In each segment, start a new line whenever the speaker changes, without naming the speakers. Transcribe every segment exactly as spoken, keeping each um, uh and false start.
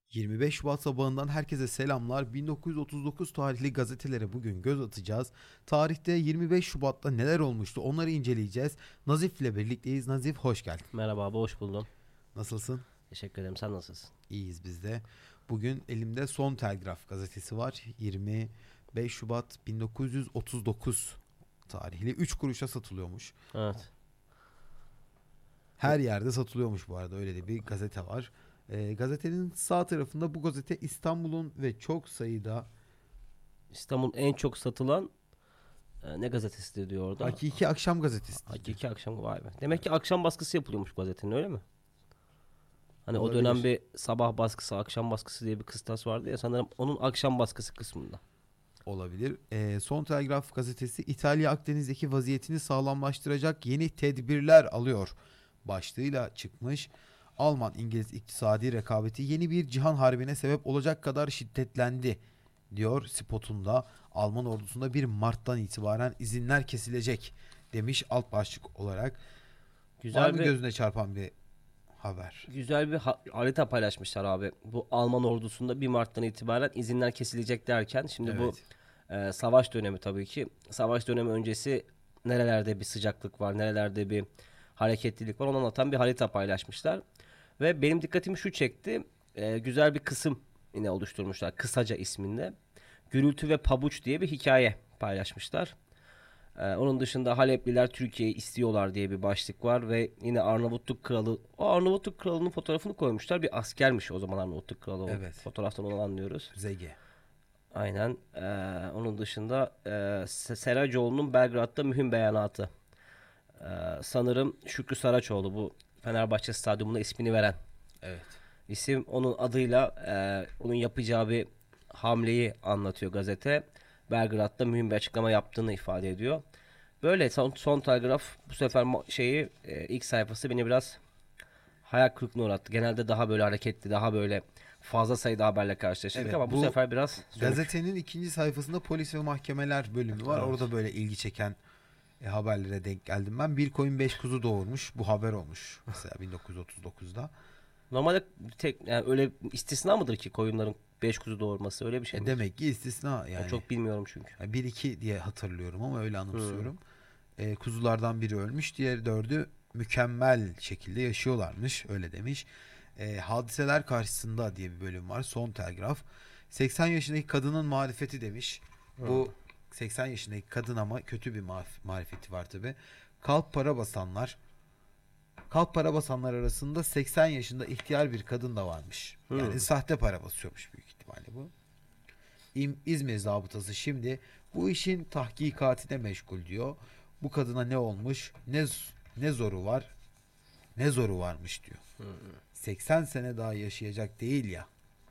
yirmi beş Şubat sabahından herkese selamlar. bin dokuz yüz otuz dokuz tarihli gazetelere bugün göz atacağız. Tarihte yirmi beş Şubat'ta neler olmuştu onları inceleyeceğiz. Nazif ile birlikteyiz. Nazif hoş geldin.
Merhaba abi, hoş buldum.
Nasılsın?
Teşekkür ederim, sen nasılsın?
İyiyiz biz de. Bugün elimde Son Telgraf gazetesi var. yirmi beş Şubat bin dokuz yüz otuz dokuz tarihli üç kuruşa satılıyormuş.
Evet.
Her yerde satılıyormuş bu arada, öyle de bir gazete var. E, gazetenin sağ tarafında bu gazete İstanbul'un ve çok sayıda
İstanbul'un en çok satılan e, ne gazetesi diyor orada?
Hakiki Akşam Gazetesi.
Hakiki Akşam, vay be. Demek ki akşam baskısı yapılıyormuş bu gazetenin, öyle mi? Hani
Olabilir.
o dönem bir sabah baskısı, akşam baskısı diye bir kıstas vardı ya, sanırım onun akşam baskısı kısmında.
Olabilir. Ee, Son Telgraf gazetesi İtalya Akdeniz'deki vaziyetini sağlamlaştıracak yeni tedbirler alıyor başlığıyla çıkmış. Alman-İngiliz iktisadi rekabeti yeni bir cihan harbine sebep olacak kadar şiddetlendi diyor spotunda. Alman ordusunda bir Mart'tan itibaren izinler kesilecek demiş alt başlık olarak.
Güzel
Var mı
bir
gözüne çarpan bir haber?
güzel bir ha- harita paylaşmışlar abi. Bu Alman ordusunda bir Mart'tan itibaren izinler kesilecek derken şimdi
Evet.
bu e, savaş dönemi tabii ki. Savaş dönemi öncesi nerelerde bir sıcaklık var, nerelerde bir hareketlilik var, onu anlatan bir harita paylaşmışlar. Ve benim dikkatimi şu çekti. E, güzel bir kısım yine oluşturmuşlar. Kısaca isminde. Gürültü ve Pabuç diye bir hikaye paylaşmışlar. Ee, onun dışında Halepliler Türkiye'yi istiyorlar diye bir başlık var ve yine Arnavutluk Kralı, o Arnavutluk Kralı'nın fotoğrafını koymuşlar. Bir askermiş o zaman Arnavutluk Kralı. O
Evet.
fotoğraftan onu anlıyoruz.
Zege.
Aynen. Ee, onun dışında e, Se- Seracoğlu'nun Belgrad'da mühim beyanatı. Ee, sanırım Şükrü Saraçoğlu, bu Fenerbahçe Stadyumuna ismini veren
Evet.
isim. Onun adıyla e, onun yapacağı bir hamleyi anlatıyor gazete. Belgrad'da mühim bir açıklama yaptığını ifade ediyor. Böyle son, son telgraf bu sefer ma- şeyi e, ilk sayfası beni biraz hayal kırıklığına uğrattı. Genelde daha böyle hareketli, daha böyle fazla sayıda haberle karşılaştık
Evet,
ama bu,
bu
sefer biraz sönük.
Gazetenin ikinci sayfasında polis ve mahkemeler bölümü var.
Evet.
Orada böyle ilgi çeken e, haberlere denk geldim ben. Bir koyun beş kuzu doğurmuş. Bu haber olmuş mesela bin dokuz yüz otuz dokuzda.
Normalde tek yani öyle istisna mıdır ki koyunların beş kuzu doğurması, öyle bir şey
E,
mi?
demek ki istisna yani.
Çok bilmiyorum çünkü.
Yani bir iki diye hatırlıyorum ama öyle anımsıyorum. E, kuzulardan biri ölmüş, diğer dördü mükemmel şekilde yaşıyorlarmış. Öyle demiş. E, hadiseler karşısında diye bir bölüm var. Son telgraf. seksen yaşındaki kadının marifeti demiş. Bu seksen yaşındaki kadın ama kötü bir marif- marifeti var tabi. Kalp para basanlar. Kalp para basanlar arasında seksen yaşında ihtiyar bir kadın da varmış. Yani
Hmm.
sahte para basıyormuş büyük ihtimalle bu. İm- İzmir zabıtası şimdi bu işin tahkikatine meşgul diyor. Bu kadına ne olmuş? Ne z- ne zoru var? Ne zoru varmış diyor. seksen sene daha yaşayacak değil ya.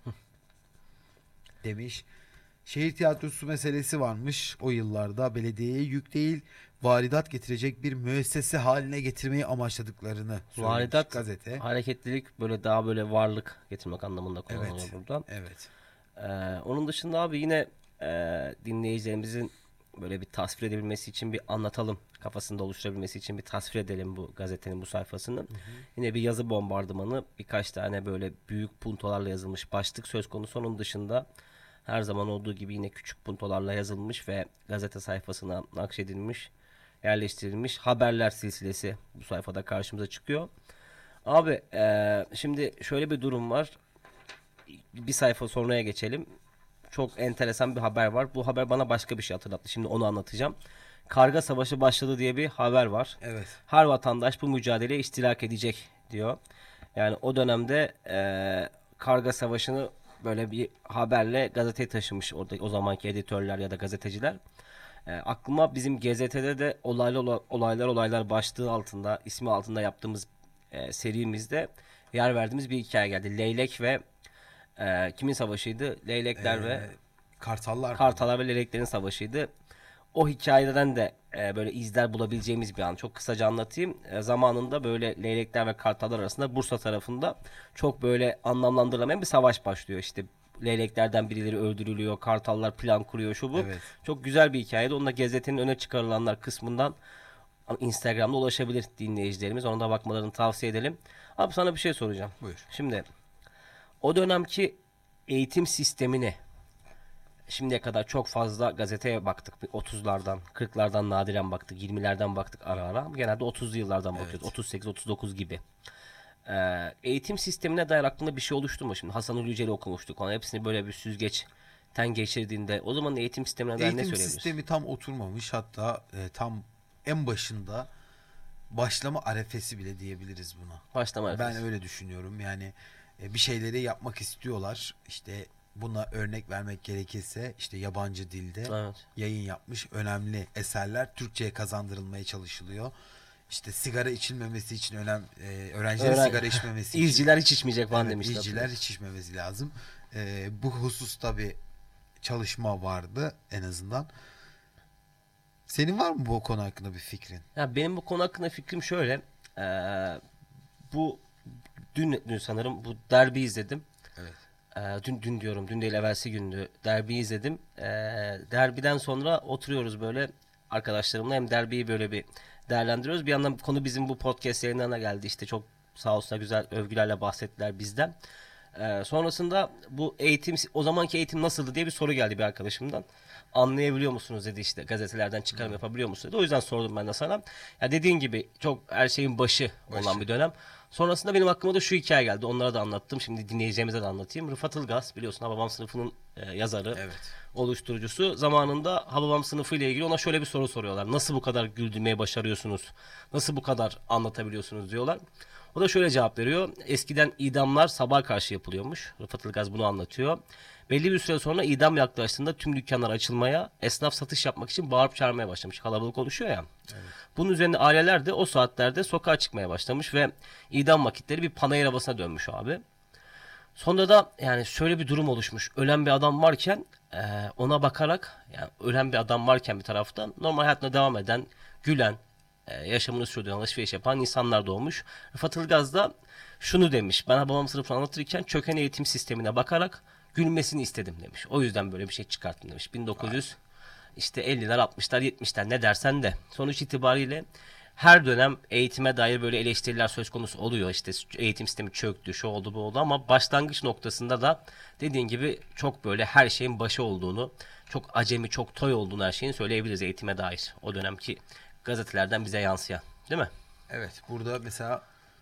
Demiş. Şehir tiyatrosu meselesi varmış o yıllarda. Belediyeye yük değil, varidat getirecek bir müessese haline getirmeyi amaçladıklarını söylemiş
Varidat,
gazete.
hareketlilik, böyle daha böyle varlık getirmek anlamında kullanılıyor
Evet.
burada.
Evet.
Ee, onun dışında abi yine e, dinleyicilerimizin böyle bir tasvir edebilmesi için bir anlatalım, kafasında oluşturabilmesi için bir tasvir edelim bu gazetenin bu sayfasını. Hı hı. Yine bir yazı bombardımanı, birkaç tane böyle büyük puntolarla yazılmış başlık söz konusu. Onun dışında her zaman olduğu gibi yine küçük puntolarla yazılmış ve gazete sayfasına nakşedilmiş, yerleştirilmiş haberler silsilesi bu sayfada karşımıza çıkıyor. Abi e, şimdi şöyle bir durum var. Bir sayfa sonraya geçelim. Çok enteresan bir haber var. Bu haber bana başka bir şey hatırlattı. Şimdi onu anlatacağım. Karga savaşı başladı diye bir haber var.
Evet.
Her vatandaş bu mücadeleye iştirak edecek diyor. Yani o dönemde e, karga savaşını böyle bir haberle gazeteye taşımış orada o zamanki editörler ya da gazeteciler. E, aklıma bizim G Z T'de de olaylar olaylar olaylar başlığı altında, ismi altında yaptığımız e, serimizde yer verdiğimiz bir hikaye geldi. Leylek ve e, kimin savaşıydı? Leylekler
Ee,
ve
Kartallar.
Kartallar ve Leyleklerin savaşıydı. O hikayeden de e, böyle izler bulabileceğimiz bir an. Çok kısaca anlatayım. E, zamanında böyle Leylekler ve Kartallar arasında Bursa tarafında çok böyle anlamlandırılamayan bir savaş başlıyor. İşte Leyleklerden birileri öldürülüyor, Kartallar plan kuruyor, şu bu.
Evet.
Çok güzel bir hikayeydi. Onunla gazetenin öne çıkarılanlar kısmından Instagram'da ulaşabilir dinleyicilerimiz. Ona da bakmalarını tavsiye edelim. Abi sana bir şey soracağım.
Buyur.
Şimdi o dönemki eğitim sistemini şimdiye kadar çok fazla gazeteye baktık. Bir otuzlardan, kırklardan nadiren baktık, yirmilerden baktık ara ara. Genelde otuzlu yıllardan bakıyoruz.
Evet.
otuz sekiz otuz dokuz gibi. Ee, eğitim sistemine dair aklında bir şey oluştu mu? Şimdi Hasan Ulu Yücel'i okumuştuk. Ona hepsini böyle bir süzgeçten geçirdiğinde o zaman eğitim sistemine dair ne
Eğitim
söyleyebiliriz?
sistemi tam oturmamış, hatta e, tam en başında başlama arefesi bile diyebiliriz buna.
Başlama
Ben
arefesi.
öyle düşünüyorum. Yani e, bir şeyleri yapmak istiyorlar. İşte buna örnek vermek gerekirse işte yabancı dilde
Evet.
yayın yapmış önemli eserler Türkçe'ye kazandırılmaya çalışılıyor. İşte sigara içilmemesi için önem e, öğrencilerin
Öğren-
sigara içmemesi için.
İzciler hiç içmeyecek falan
Evet,
demişler.
izciler hiç içmemesi lazım. E, bu hususta bir çalışma vardı en azından. Senin var mı bu konu hakkında bir fikrin?
Ya benim bu konu hakkında fikrim şöyle. Ee, bu dün, dün sanırım bu derbi izledim.
Evet.
Ee, dün dün diyorum. Dün değil evvelsi gündü. Derbi izledim. Ee, derbiden sonra oturuyoruz böyle arkadaşlarımla hem derbiyi böyle bir değerlendiriyoruz. Bir yandan konu bizim bu podcast yayınlarına geldi. İşte çok sağ olsunlar güzel övgülerle bahsettiler bizden. Ee, sonrasında bu eğitim o zamanki eğitim nasıldı diye bir soru geldi bir arkadaşımdan. Anlayabiliyor musunuz dedi işte gazetelerden çıkarım yapabiliyor musunuz dedi. O yüzden sordum ben de sana. Ya dediğin gibi çok her şeyin başı,
Başı.
olan bir dönem. Sonrasında benim aklıma da şu hikaye geldi. Onlara da anlattım. Şimdi dinleyeceğimize de anlatayım. Rıfat Ilgaz biliyorsun Hababam sınıfının e, yazarı,
Evet.
oluşturucusu. Zamanında Hababam sınıfı ile ilgili ona şöyle bir soru soruyorlar. Nasıl bu kadar güldürmeyi başarıyorsunuz? Nasıl bu kadar anlatabiliyorsunuz diyorlar. O da şöyle cevap veriyor. Eskiden idamlar sabaha karşı yapılıyormuş. Rıfat Ilgaz bunu anlatıyor. Belli bir süre sonra idam yaklaştığında tüm dükkanlar açılmaya, esnaf satış yapmak için bağırıp çağırmaya başlamış. Kalabalık oluşuyor ya. Evet. Bunun üzerine aileler de o saatlerde sokağa çıkmaya başlamış ve idam vakitleri bir panayır havasına dönmüş abi. Sonra da yani şöyle bir durum oluşmuş. Ölen bir adam varken e, ona bakarak, yani ölen bir adam varken bir taraftan normal hayatına devam eden, gülen, e, yaşamını sürdüren, alışveriş yapan insanlar doğmuş. Rıfat Ilgaz da şunu demiş. Ben babam sınıfını anlatırken çöken eğitim sistemine bakarak gülmesini istedim demiş. O yüzden böyle bir şey çıkarttım demiş. bin dokuz yüz işte elliler, altmışlar, yetmişler ne dersen de. Sonuç itibariyle her dönem eğitime dair böyle eleştiriler söz konusu oluyor. İşte eğitim sistemi çöktü, şu oldu bu oldu ama başlangıç noktasında da dediğin gibi çok böyle her şeyin başı olduğunu, çok acemi, çok toy olduğunu her şeyin söyleyebiliriz eğitime dair. O dönemki gazetelerden bize yansıyan. Değil mi?
Evet. Burada mesela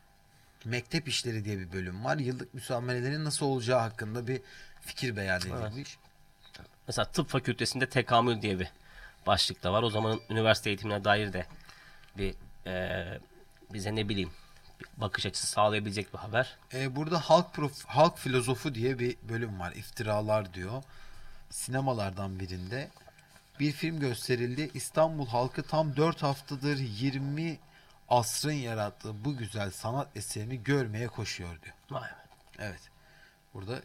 mektep işleri diye bir bölüm var. Yıllık müsamerelerin nasıl olacağı hakkında bir fikir beyan edilmiş.
Evet. Mesela tıp fakültesinde tekamül diye bir başlık da var. O zamanın üniversite eğitimine dair de bir e, bize ne bileyim bir bakış açısı sağlayabilecek bir haber.
Ee, burada halk prof, halk filozofu diye bir bölüm var. İftiralar diyor. Sinemalardan birinde bir film gösterildi. İstanbul halkı tam dört haftadır yirmi asrın yarattığı bu güzel sanat eserini görmeye koşuyor diyor.
Vay be.
Evet. Burada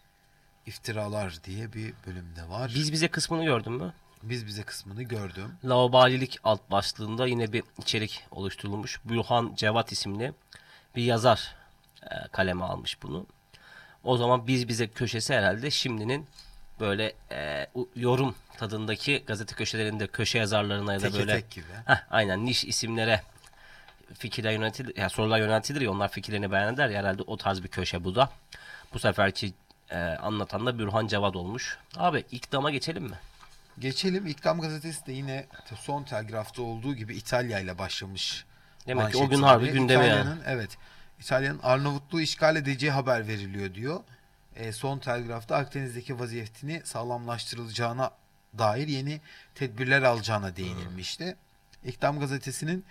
iftiralar diye bir bölümde var.
Biz bize kısmını gördün mü?
Biz bize kısmını gördüm.
Laubalilik alt başlığında yine bir içerik oluşturulmuş. Burhan Cevat isimli bir yazar e, kaleme almış bunu. O zaman biz bize köşesi herhalde şimdinin böyle e, yorum tadındaki gazete köşelerinde köşe yazarlarına ya da
Teke
böyle
tek gibi.
heh, aynen niş isimlere fikirler yöneltilir, yani sorular yöneltilir ya, onlar fikirlerini beyan eder ya, herhalde o tarz bir köşe bu da. Bu seferki e, anlatan da Burhan Cevat olmuş. Abi İkdam'a geçelim mi?
Geçelim. İktam gazetesi de yine son telgrafta olduğu gibi İtalya ile başlamış.
Demek ki o gün harbi gündeme yani.
Evet. İtalya'nın Arnavutluğu işgal edeceği haber veriliyor diyor. E, son telgrafta Akdeniz'deki vaziyetini sağlamlaştırılacağına dair yeni tedbirler alacağına değinilmişti. İktam gazetesinin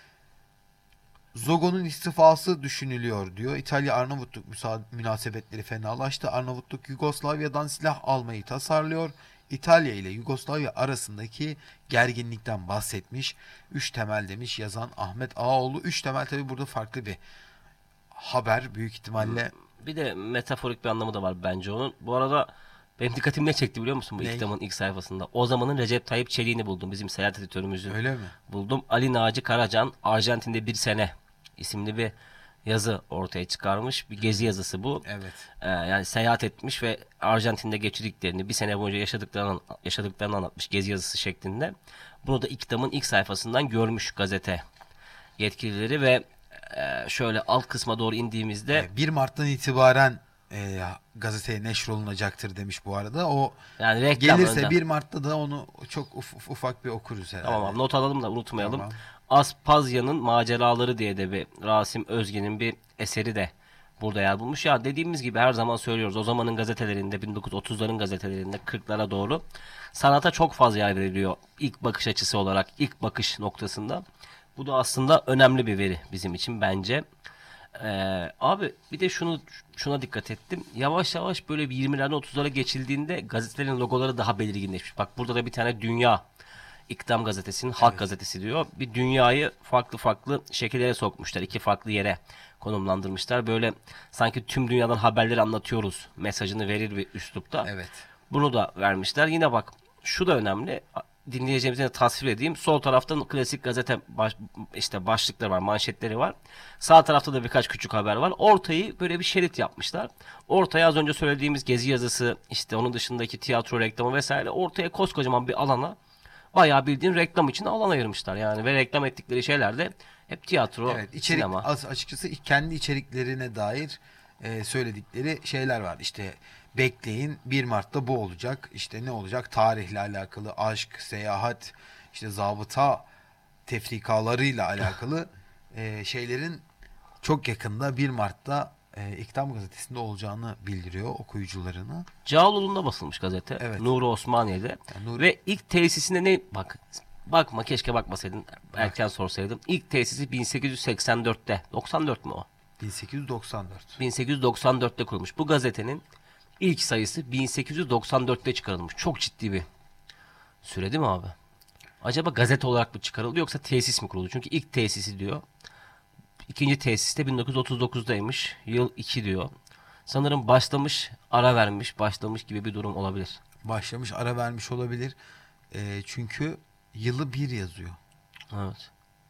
Zogo'nun istifası düşünülüyor diyor. İtalya Arnavutluk münasebetleri fenalaştı. Arnavutluk Yugoslavya'dan silah almayı tasarlıyor. İtalya ile Yugoslavya arasındaki gerginlikten bahsetmiş. Üç temel demiş yazan Ahmet Ağaoğlu. Üç temel tabi burada farklı bir haber büyük ihtimalle.
Bir de metaforik bir anlamı da var bence onun. Bu arada benim dikkatimi ne çekti biliyor musun bu
Ne?
İktam'ın ilk sayfasında? O zamanın Recep Tayyip Çelik'ini buldum. Bizim seyahat editörümüzün.
Öyle mi?
Buldum. Ali Naci Karacan Arjantin'de bir sene isimli bir yazı ortaya çıkarmış. Bir gezi yazısı bu.
Evet.
Ee, yani seyahat etmiş ve Arjantin'de geçirdiklerini, bir sene boyunca yaşadıklarını, yaşadıklarını anlatmış gezi yazısı şeklinde. Bunu da İktam'ın ilk sayfasından görmüş gazete yetkilileri ve e, şöyle alt kısma doğru indiğimizde
bir Mart'tan itibaren e, gazeteye neşrolunacaktır demiş bu arada. O
Yani reklam
gelirse
önden.
bir Mart'ta da onu çok uf- ufak bir okuruz herhalde.
Tamam abi, not alalım da unutmayalım.
Tamam.
Aspazya'nın Maceraları diye de bir Rasim Özge'nin bir eseri de burada yer bulmuş. Ya dediğimiz gibi her zaman söylüyoruz. O zamanın gazetelerinde, bin dokuz yüz otuzların gazetelerinde kırklara doğru sanata çok fazla yer veriliyor. İlk bakış açısı olarak, ilk bakış noktasında. Bu da aslında önemli bir veri bizim için bence. Ee, abi bir de şunu şuna dikkat ettim. Yavaş yavaş böyle bir yirmilerden otuzlara geçildiğinde gazetelerin logoları daha belirginleşmiş. Bak burada da bir tane dünya, İktam gazetesinin Halk
Evet.
gazetesi diyor. Bir dünyayı farklı farklı şekillere sokmuşlar. İki farklı yere konumlandırmışlar. Böyle sanki tüm dünyadan haberleri anlatıyoruz mesajını verir bir üslupta.
Evet.
Bunu da vermişler. Yine bak şu da önemli. Dinleyeceğimize de tasvir edeyim. Sol tarafta klasik gazete baş, işte başlıkları var, manşetleri var. Sağ tarafta da birkaç küçük haber var. Ortayı böyle bir şerit yapmışlar. Ortaya az önce söylediğimiz gezi yazısı, işte onun dışındaki tiyatro reklamı vesaire, ortaya koskocaman bir alana bayağı bildiğin reklam için alan ayırmışlar yani, ve reklam ettikleri şeyler de hep tiyatro,
Evet, içerik
sinema.
az- açıkçası kendi içeriklerine dair e, söyledikleri şeyler var. İşte bekleyin bir Mart'ta bu olacak. İşte ne olacak? Tarihle alakalı, aşk, seyahat, işte zabıta tefrikalarıyla alakalı e, şeylerin çok yakında bir Mart'ta e, İktam gazetesinde olacağını bildiriyor okuyucularına.
Cağaloğlu'nda basılmış gazete.
Evet.
Nuri Osmaniye'de.
Yani Nuri-
Ve ilk tesisinde ne bak bakma, keşke bakmasaydın, erken sorsaydım. İlk tesisi bin sekiz yüz seksen dörtte. doksan dört mü o?
bin sekiz yüz doksan dört.
bin sekiz yüz doksan dörtte kurulmuş. Bu gazetenin ilk sayısı bin sekiz yüz doksan dörtte çıkarılmış. Çok ciddi bir süre değil mi abi? Acaba gazete olarak mı çıkarıldı yoksa tesis mi kuruldu? Çünkü ilk tesisi diyor. İkinci tesis de bin dokuz yüz otuz dokuzdaymış. Yıl iki diyor. Sanırım başlamış, ara vermiş, başlamış gibi bir durum olabilir.
Başlamış, ara vermiş olabilir. E, çünkü yılı bir yazıyor.
Evet.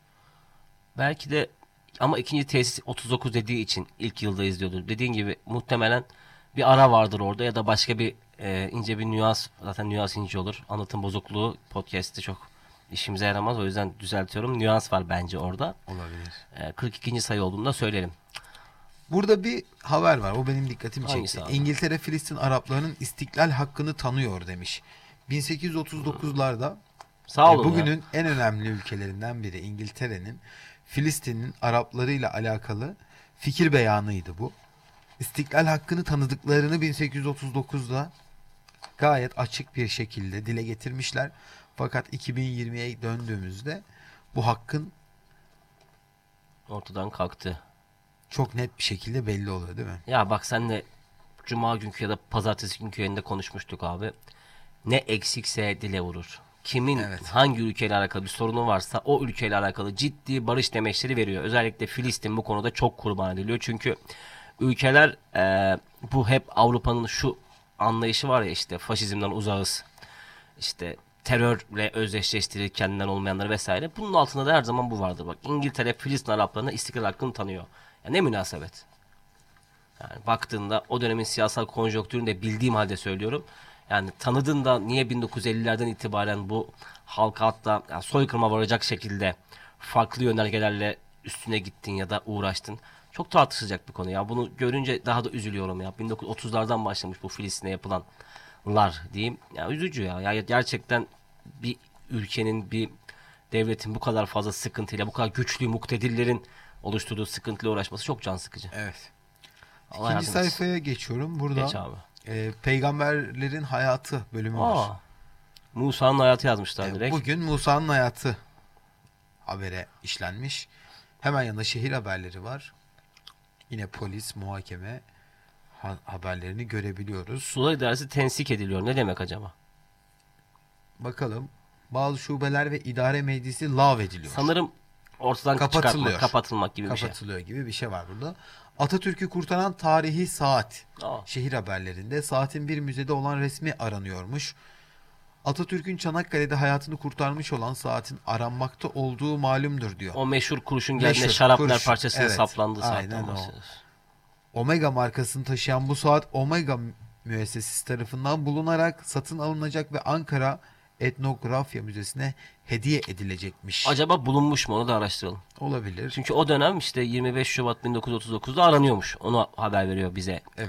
Belki de, ama ikinci tesis otuz dokuz dediği için ilk yılda izliyordur. Dediğin gibi muhtemelen bir ara vardır orada ya da başka bir e, ince bir nüans, zaten nüans ince olur. Anlatım bozukluğu podcast'te çok işimize yaramaz. O yüzden düzeltiyorum. Nüans var bence orada.
Olabilir.
E, kırk ikinci sayı olduğunu da söyleyelim.
Burada bir haber var. O benim dikkatimi
Hangisi
çekti.
abi?
İngiltere Filistin Araplarının istiklal hakkını tanıyor demiş. bin sekiz yüz otuz dokuzlarda
Sağ
e,
olun
bugünün
ya.
en önemli ülkelerinden biri İngiltere'nin Filistin'in Araplarıyla alakalı fikir beyanıydı bu. İstiklal hakkını tanıdıklarını bin sekiz yüz otuz dokuzda gayet açık bir şekilde dile getirmişler. Fakat iki bin yirmiye döndüğümüzde bu hakkın
Ortadan kalktı.
çok net bir şekilde belli oluyor değil mi?
Ya bak, senle Cuma günkü ya da Pazartesi günkü yayında konuşmuştuk abi. Ne eksikse dile vurur. Kimin
Evet.
hangi ülkeyle alakalı bir sorunu varsa o ülkeyle alakalı ciddi barış demeçleri veriyor. Özellikle Filistin bu konuda çok kurban ediliyor. Çünkü ülkeler e, bu hep Avrupa'nın şu anlayışı var ya, işte faşizmden uzağız, İşte terörle özdeşleştirir kendinden olmayanları vesaire. Bunun altında da her zaman bu vardır. Bak, İngiltere Filistin Araplarına istiklal hakkını tanıyor. Ya ne münasebet. Yani baktığında o dönemin siyasal konjonktürünü de bildiğim halde söylüyorum. Yani tanıdığında niye bin dokuz yüz ellilerden itibaren bu halka, hatta yani soykırıma varacak şekilde farklı yönergelerle üstüne gittin ya da uğraştın? Çok tartışılacak bir konu ya. Bunu görünce daha da üzülüyorum ya. bin dokuz yüz otuzlardan başlamış bu Filistin'e yapılanlar diyeyim. Ya üzücü ya. Ya gerçekten bir ülkenin, bir devletin bu kadar fazla sıkıntıyla, bu kadar güçlü muktedillerin oluşturduğu sıkıntıyla uğraşması çok can sıkıcı.
Evet.
Allah
İkinci
yardım etsin.
sayfaya geçiyorum. Burada
Geç abi.
e, peygamberlerin hayatı bölümü var.
Aa, Musa'nın hayatı yazmışlar
E,
direkt.
bugün Musa'nın hayatı habere işlenmiş. Hemen yanında şehir haberleri var. Yine polis, muhakeme ha- haberlerini görebiliyoruz.
Sular idaresi tensik ediliyor. Ne demek acaba?
Bakalım. Bazı şubeler ve idare meclisi lav ediliyor.
Sanırım ortadan
Kapatılıyor.
çıkartmak, kapatılmak gibi bir şey.
Kapatılıyor gibi bir şey var burada. Atatürk'ü kurtaran tarihi saat.
Aa,
Şehir haberlerinde saatin bir müzede olan resmi aranıyormuş. Atatürk'ün Çanakkale'de hayatını kurtarmış olan saatin aranmakta olduğu malumdur diyor.
o meşhur kurşun geldiğinde
Meşhur,
şarapnel
kurşun.
parçasının
Evet,
saplandığı
aynen
saatten
o.
bahsediyoruz.
Omega markasını taşıyan bu saat Omega müessesesi tarafından bulunarak satın alınacak ve Ankara Etnografya Müzesi'ne hediye edilecekmiş.
Acaba bulunmuş mu, onu da araştıralım.
Olabilir.
Çünkü o dönem işte yirmi beş Şubat bin dokuz yüz otuz dokuzda aranıyormuş. Onu haber veriyor bize
Evet.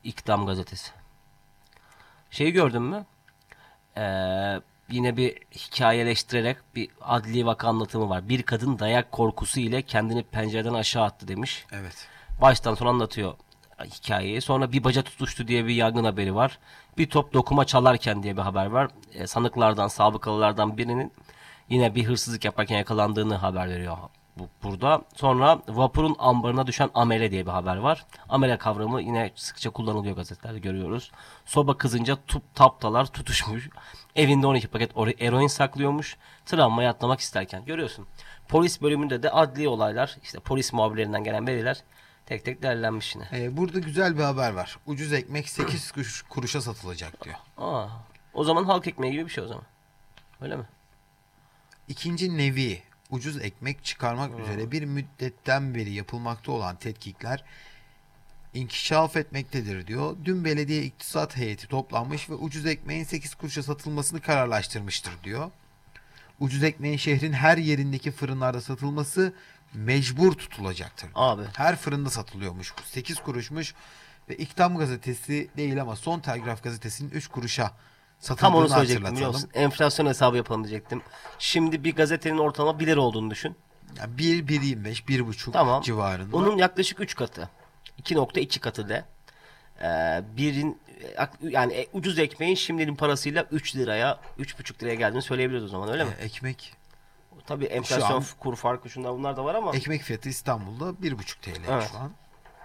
İktam gazetesi. Şeyi gördün mü? Ee, yine bir hikayeleştirerek bir adli vaka anlatımı var. Bir kadın dayak korkusu ile kendini pencereden aşağı attı demiş.
Evet.
Baştan sona anlatıyor hikayeyi. Sonra bir baca tutuştu diye bir yangın haberi var. Bir top dokuma çalarken diye bir haber var. E, sanıklardan, sabıkalılardan birinin yine bir hırsızlık yaparken yakalandığını haber veriyor bu, burada. Sonra vapurun ambarına düşen amele diye bir haber var. Amele kavramı yine sıkça kullanılıyor, gazetelerde görüyoruz. Soba kızınca tup taptalar tutuşmuş. Evinde on iki paket eroin saklıyormuş. Travmayı atlamak isterken. Görüyorsun. Polis bölümünde de adli olaylar, işte polis muhabirlerinden gelen veriler tek tek değerlenmiş yine.
Ee, burada güzel bir haber var. Ucuz ekmek sekiz kuruş, kuruşa satılacak diyor.
Aa, o zaman halk ekmeği gibi bir şey o zaman. Öyle mi?
İkinci nevi ucuz ekmek çıkarmak hmm. üzere bir müddetten beri yapılmakta olan tetkikler inkişaf etmektedir diyor. Dün belediye iktisat heyeti toplanmış ve ucuz ekmeğin sekiz kuruşa satılmasını kararlaştırmıştır diyor. Ucuz ekmeğin şehrin her yerindeki fırınlarda satılması mecbur tutulacaktır.
Abi.
Her fırında satılıyormuş. sekiz kuruşmuş ve İktam gazetesi değil ama Son Telgraf gazetesinin üç kuruşa satıldığını
Tam onu söyleyecektim,
hatırlatalım.
biliyor musun? Enflasyon hesabı yapalım diyecektim. Şimdi bir gazetenin ortalama bir lira olduğunu düşün.
Yani bir, bir yirmi beş, bir buçuk
tamam.
civarında.
Onun yaklaşık üç katı. iki nokta iki katı de. Ee, birin yani e, ucuz ekmeğin şimdinin parasıyla üç liraya, üç buçuk liraya geldiğini söyleyebiliriz o zaman, öyle mi?
Ee, ekmek.
Tabii enflasyon, an, kur farkı, şunlar bunlar da var ama.
Ekmek fiyatı İstanbul'da bir buçuk T L evet. Şu an.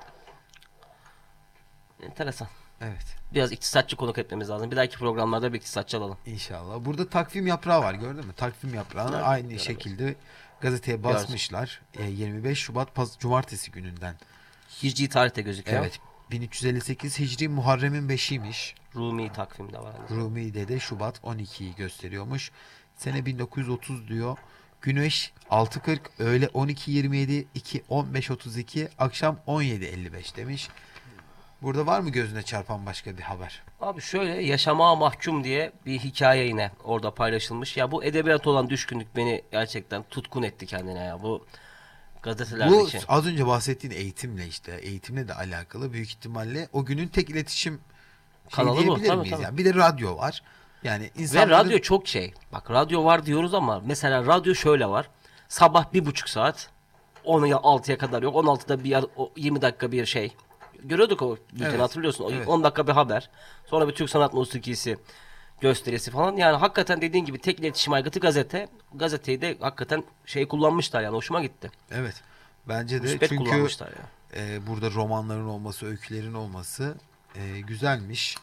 Enteresan.
Evet.
Biraz iktisatçı konuk etmemiz lazım. Bir dahaki programlarda bir iktisatçı alalım.
İnşallah. Burada takvim yaprağı var, gördün mü? Takvim yaprağını evet, aynı göremedim. Şekilde gazeteye basmışlar. E, yirmi beş Şubat Paz Cumartesi gününden.
Hicri tarihte gözüküyor.
Evet. bin üç yüz elli sekiz Hicri Muharrem'in beşiymiş.
Rumi takvimde var.
Rumi'de de Şubat on ikiyi gösteriyormuş. Sene bin dokuz yüz otuz diyor. Güneş altı kırk, öğle on iki yirmi yedi, iki on beş otuz iki, akşam on yedi elli beş demiş. Burada var mı gözüne çarpan başka bir haber?
Abi şöyle, yaşamaya mahkum diye bir hikaye yine orada paylaşılmış. Ya bu edebiyat olan düşkünlük beni gerçekten tutkun etti kendine ya. Bu gazetelerdeki.
Bu az önce bahsettiğin eğitimle işte eğitimle de alakalı büyük ihtimalle o günün tek iletişim
kanalı
şey
bu.
Tabii, miyiz?
Tabii.
Yani bir de radyo var. Yani insanların...
Ve radyo çok şey. Bak, radyo var diyoruz ama mesela radyo şöyle var. Sabah bir buçuk saat on altıya kadar yok. on altıda bir yirmi dakika bir şey. Görüyorduk o bülteni, evet, hatırlıyorsun. O evet. on dakika bir haber. Sonra bir Türk sanat musikisi gösterisi falan. Yani hakikaten dediğin gibi tek iletişim aygıtı gazete. Gazeteyi de hakikaten şey kullanmışlar yani, hoşuma gitti.
Evet. Bence de
Müspet
çünkü
ya.
e, burada romanların olması, öykülerin olması e, güzelmiş.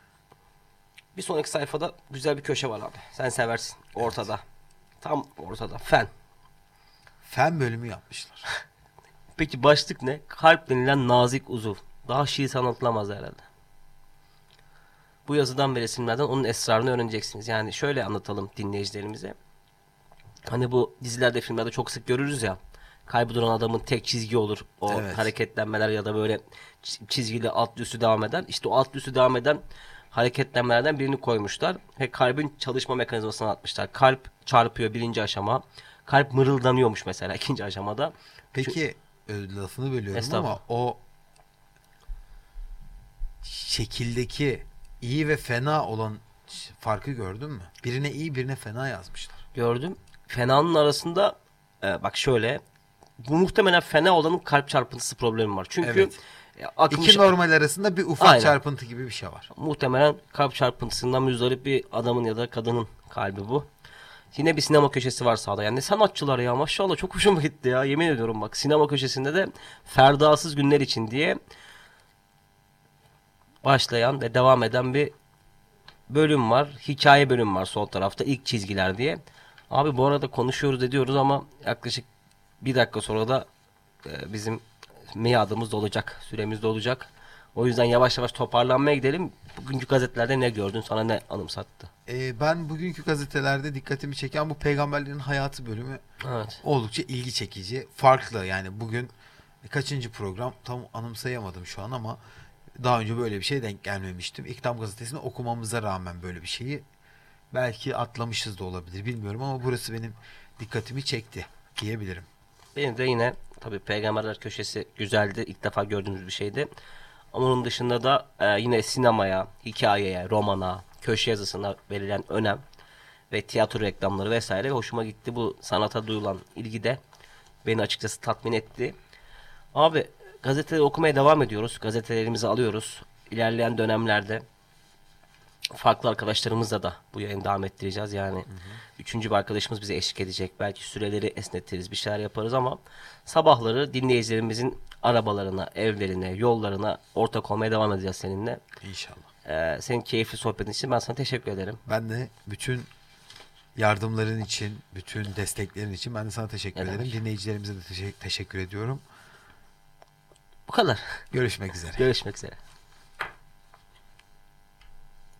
Bir sonraki sayfada güzel bir köşe var abi. Sen seversin. Ortada. Evet. Tam ortada. Fen.
Fen bölümü yapmışlar.
Peki başlık ne? Kalp denilen nazik uzuv. Daha şiir anlatılamaz herhalde. Bu yazıdan ve resimlerden onun esrarını öğreneceksiniz. Yani şöyle anlatalım dinleyicilerimize. Hani bu dizilerde, filmlerde çok sık görürüz ya. Kalbi duran adamın tek çizgi olur. O evet. hareketlenmeler ya da böyle çizgili alt üstü devam eden. İşte o alt üstü devam eden hareketlenmelerden birini koymuşlar. Ve kalbin çalışma mekanizmasını atmışlar. Kalp çarpıyor birinci aşama. Kalp mırıldanıyormuş mesela ikinci aşamada.
Peki Şu, lafını bölüyorum ama o şekildeki iyi ve fena olan farkı gördün mü? Birine iyi, birine fena yazmışlar.
Gördüm. Fenanın arasında e, bak şöyle, bu muhtemelen fena olanın kalp çarpıntısı problemi var. Çünkü
evet.
e, akmış,
İki normal arasında bir ufak aynen. çarpıntı gibi bir şey var.
Muhtemelen kalp çarpıntısından müzdarip bir adamın ya da kadının kalbi bu. Yine bir sinema köşesi var sağda. Yani ne sanatçılar ya, maşallah, çok hoşuma gitti ya. Yemin ediyorum bak, sinema köşesinde de Ferdasız Günler için diye başlayan ve devam eden bir bölüm var. Hikaye bölüm var sol tarafta, ilk çizgiler diye. Abi bu arada konuşuyoruz ediyoruz ama yaklaşık bir dakika sonra da e, bizim miadımız da olacak. Süremiz de olacak. O yüzden yavaş yavaş toparlanmaya gidelim. Bugünkü gazetelerde ne gördün? Sana ne anımsattı?
Ee, ben bugünkü gazetelerde dikkatimi çeken bu peygamberlerin hayatı bölümü
evet.
oldukça ilgi çekici. Farklı yani, bugün kaçıncı program tam anımsayamadım şu an ama daha önce böyle bir şeye denk gelmemiştim. İktam gazetesini okumamıza rağmen böyle bir şeyi belki atlamışız da olabilir, bilmiyorum ama burası benim dikkatimi çekti diyebilirim.
Benim de yine tabii Peygamberler Köşesi güzeldi. İlk defa gördüğümüz bir şeydi. Ama onun dışında da e, yine sinemaya, hikayeye, romana, köşe yazısına verilen önem ve tiyatro reklamları vesaire hoşuma gitti. Bu sanata duyulan ilgi de beni açıkçası tatmin etti. Abi gazeteleri okumaya devam ediyoruz. Gazetelerimizi alıyoruz. İlerleyen dönemlerde farklı arkadaşlarımızla da bu yayını devam ettireceğiz. Yani hı hı. Üçüncü bir arkadaşımız bize eşlik edecek. Belki süreleri esnetiriz, bir şeyler yaparız ama sabahları dinleyicilerimizin arabalarına, evlerine, yollarına ortak olmaya devam edeceğiz seninle.
İnşallah.
Ee, senin keyifli sohbetin için ben sana teşekkür ederim.
Ben de bütün yardımların için, bütün desteklerin için ben de sana teşekkür
Ne
ederim.
demek?
Dinleyicilerimize de teşekkür, teşekkür ediyorum.
Bu kadar.
Görüşmek üzere.
Görüşmek üzere.